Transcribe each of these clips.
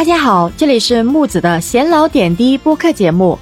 大家好，这里是木子的闲聊点滴播客节目。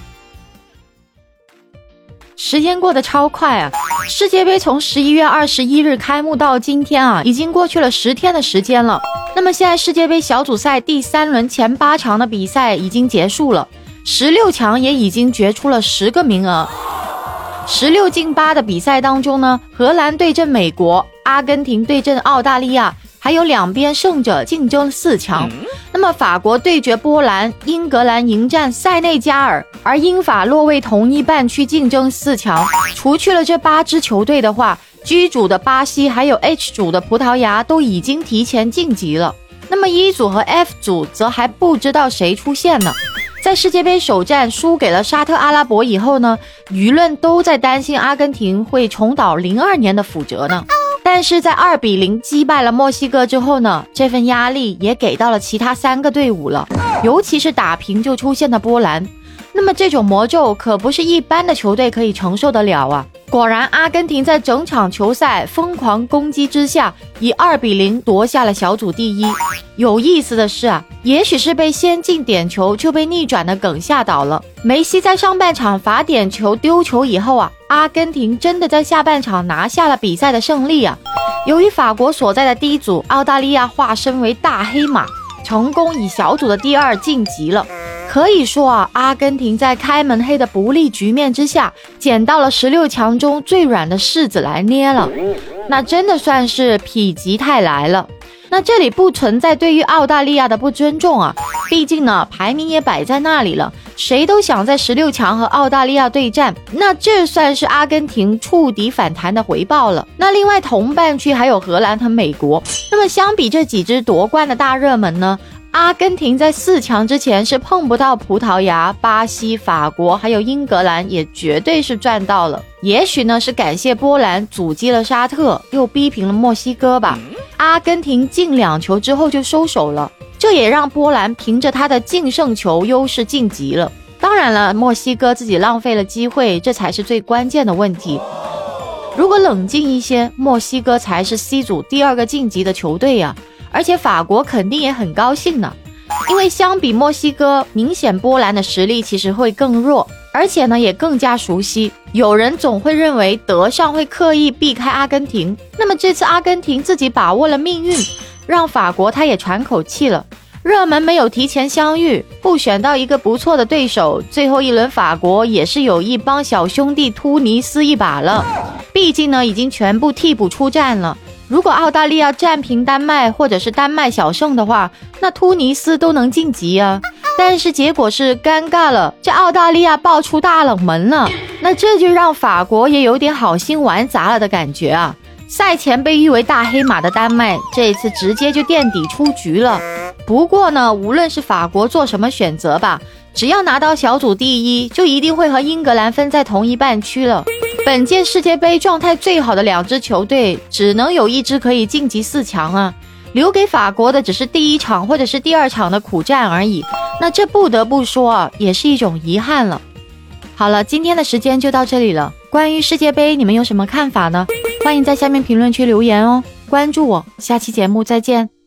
时间过得超快啊！世界杯从11月21日开幕到今天啊，已经过去了10天的时间了。那么现在世界杯小组赛第3轮前8场的比赛已经结束了，16强也已经决出了10个名额。16进8的比赛当中呢，荷兰对阵美国，阿根廷对阵澳大利亚，还有两边胜者竞争4强。那么法国对决波兰，英格兰迎战塞内加尔，而英法落位同一半区竞争4强。除去了这8支球队的话，G 组的巴西还有 H 组的葡萄牙都已经提前晋级了。那么 E 组和 F 组则还不知道谁出现呢。在世界杯首战输给了沙特阿拉伯以后呢，舆论都在担心阿根廷会重蹈02年的覆辙呢。但是在2-0击败了墨西哥之后呢，这份压力也给到了其他3个队伍了，尤其是打平就出现的波兰。那么这种魔咒可不是一般的球队可以承受得了啊！果然，阿根廷在整场球赛疯狂攻击之下，以2-0夺下了小组第1。有意思的是啊，也许是被先进点球就被逆转的梗吓倒了。梅西在上半场罚点球丢球以后啊，阿根廷真的在下半场拿下了比赛的胜利啊！由于法国所在的D组澳大利亚化身为大黑马，成功以小组的第2晋级了。可以说啊，阿根廷在开门黑的不利局面之下，捡到了16强中最软的柿子来捏了，那真的算是否极泰来了。那这里不存在对于澳大利亚的不尊重啊，毕竟呢排名也摆在那里了，谁都想在16强和澳大利亚对战，那这算是阿根廷触底反弹的回报了。那另外同半区还有荷兰和美国，那么相比这几支夺冠的大热门呢，阿根廷在4强之前是碰不到葡萄牙、巴西、法国还有英格兰，也绝对是赚到了。也许呢是感谢波兰阻击了沙特，又逼平了墨西哥吧。阿根廷进2球之后就收手了，这也让波兰凭着他的净胜球优势晋级了。当然了，墨西哥自己浪费了机会，这才是最关键的问题。如果冷静一些，墨西哥才是 C 组第2个晋级的球队啊，而且法国肯定也很高兴呢，因为相比墨西哥，明显波兰的实力其实会更弱，而且呢也更加熟悉。有人总会认为德尚会刻意避开阿根廷，那么这次阿根廷自己把握了命运，让法国他也喘口气了。热门没有提前相遇，不选到一个不错的对手，最后一轮法国也是有意帮小兄弟突尼斯一把了。毕竟呢已经全部替补出战了，如果澳大利亚战平丹麦或者是丹麦小胜的话，那突尼斯都能晋级啊。但是结果是尴尬了，这澳大利亚爆出大冷门了，那这就让法国也有点好心玩砸了的感觉啊。赛前被誉为大黑马的丹麦，这一次直接就垫底出局了。不过呢，无论是法国做什么选择吧，只要拿到小组第1，就一定会和英格兰分在同一半区了。本届世界杯状态最好的2支球队，只能有1支可以晋级4强啊，留给法国的只是第1场或者是第2场的苦战而已。那这不得不说啊，也是一种遗憾了。好了，今天的时间就到这里了。关于世界杯，你们有什么看法呢？欢迎在下面评论区留言哦。关注我，下期节目再见。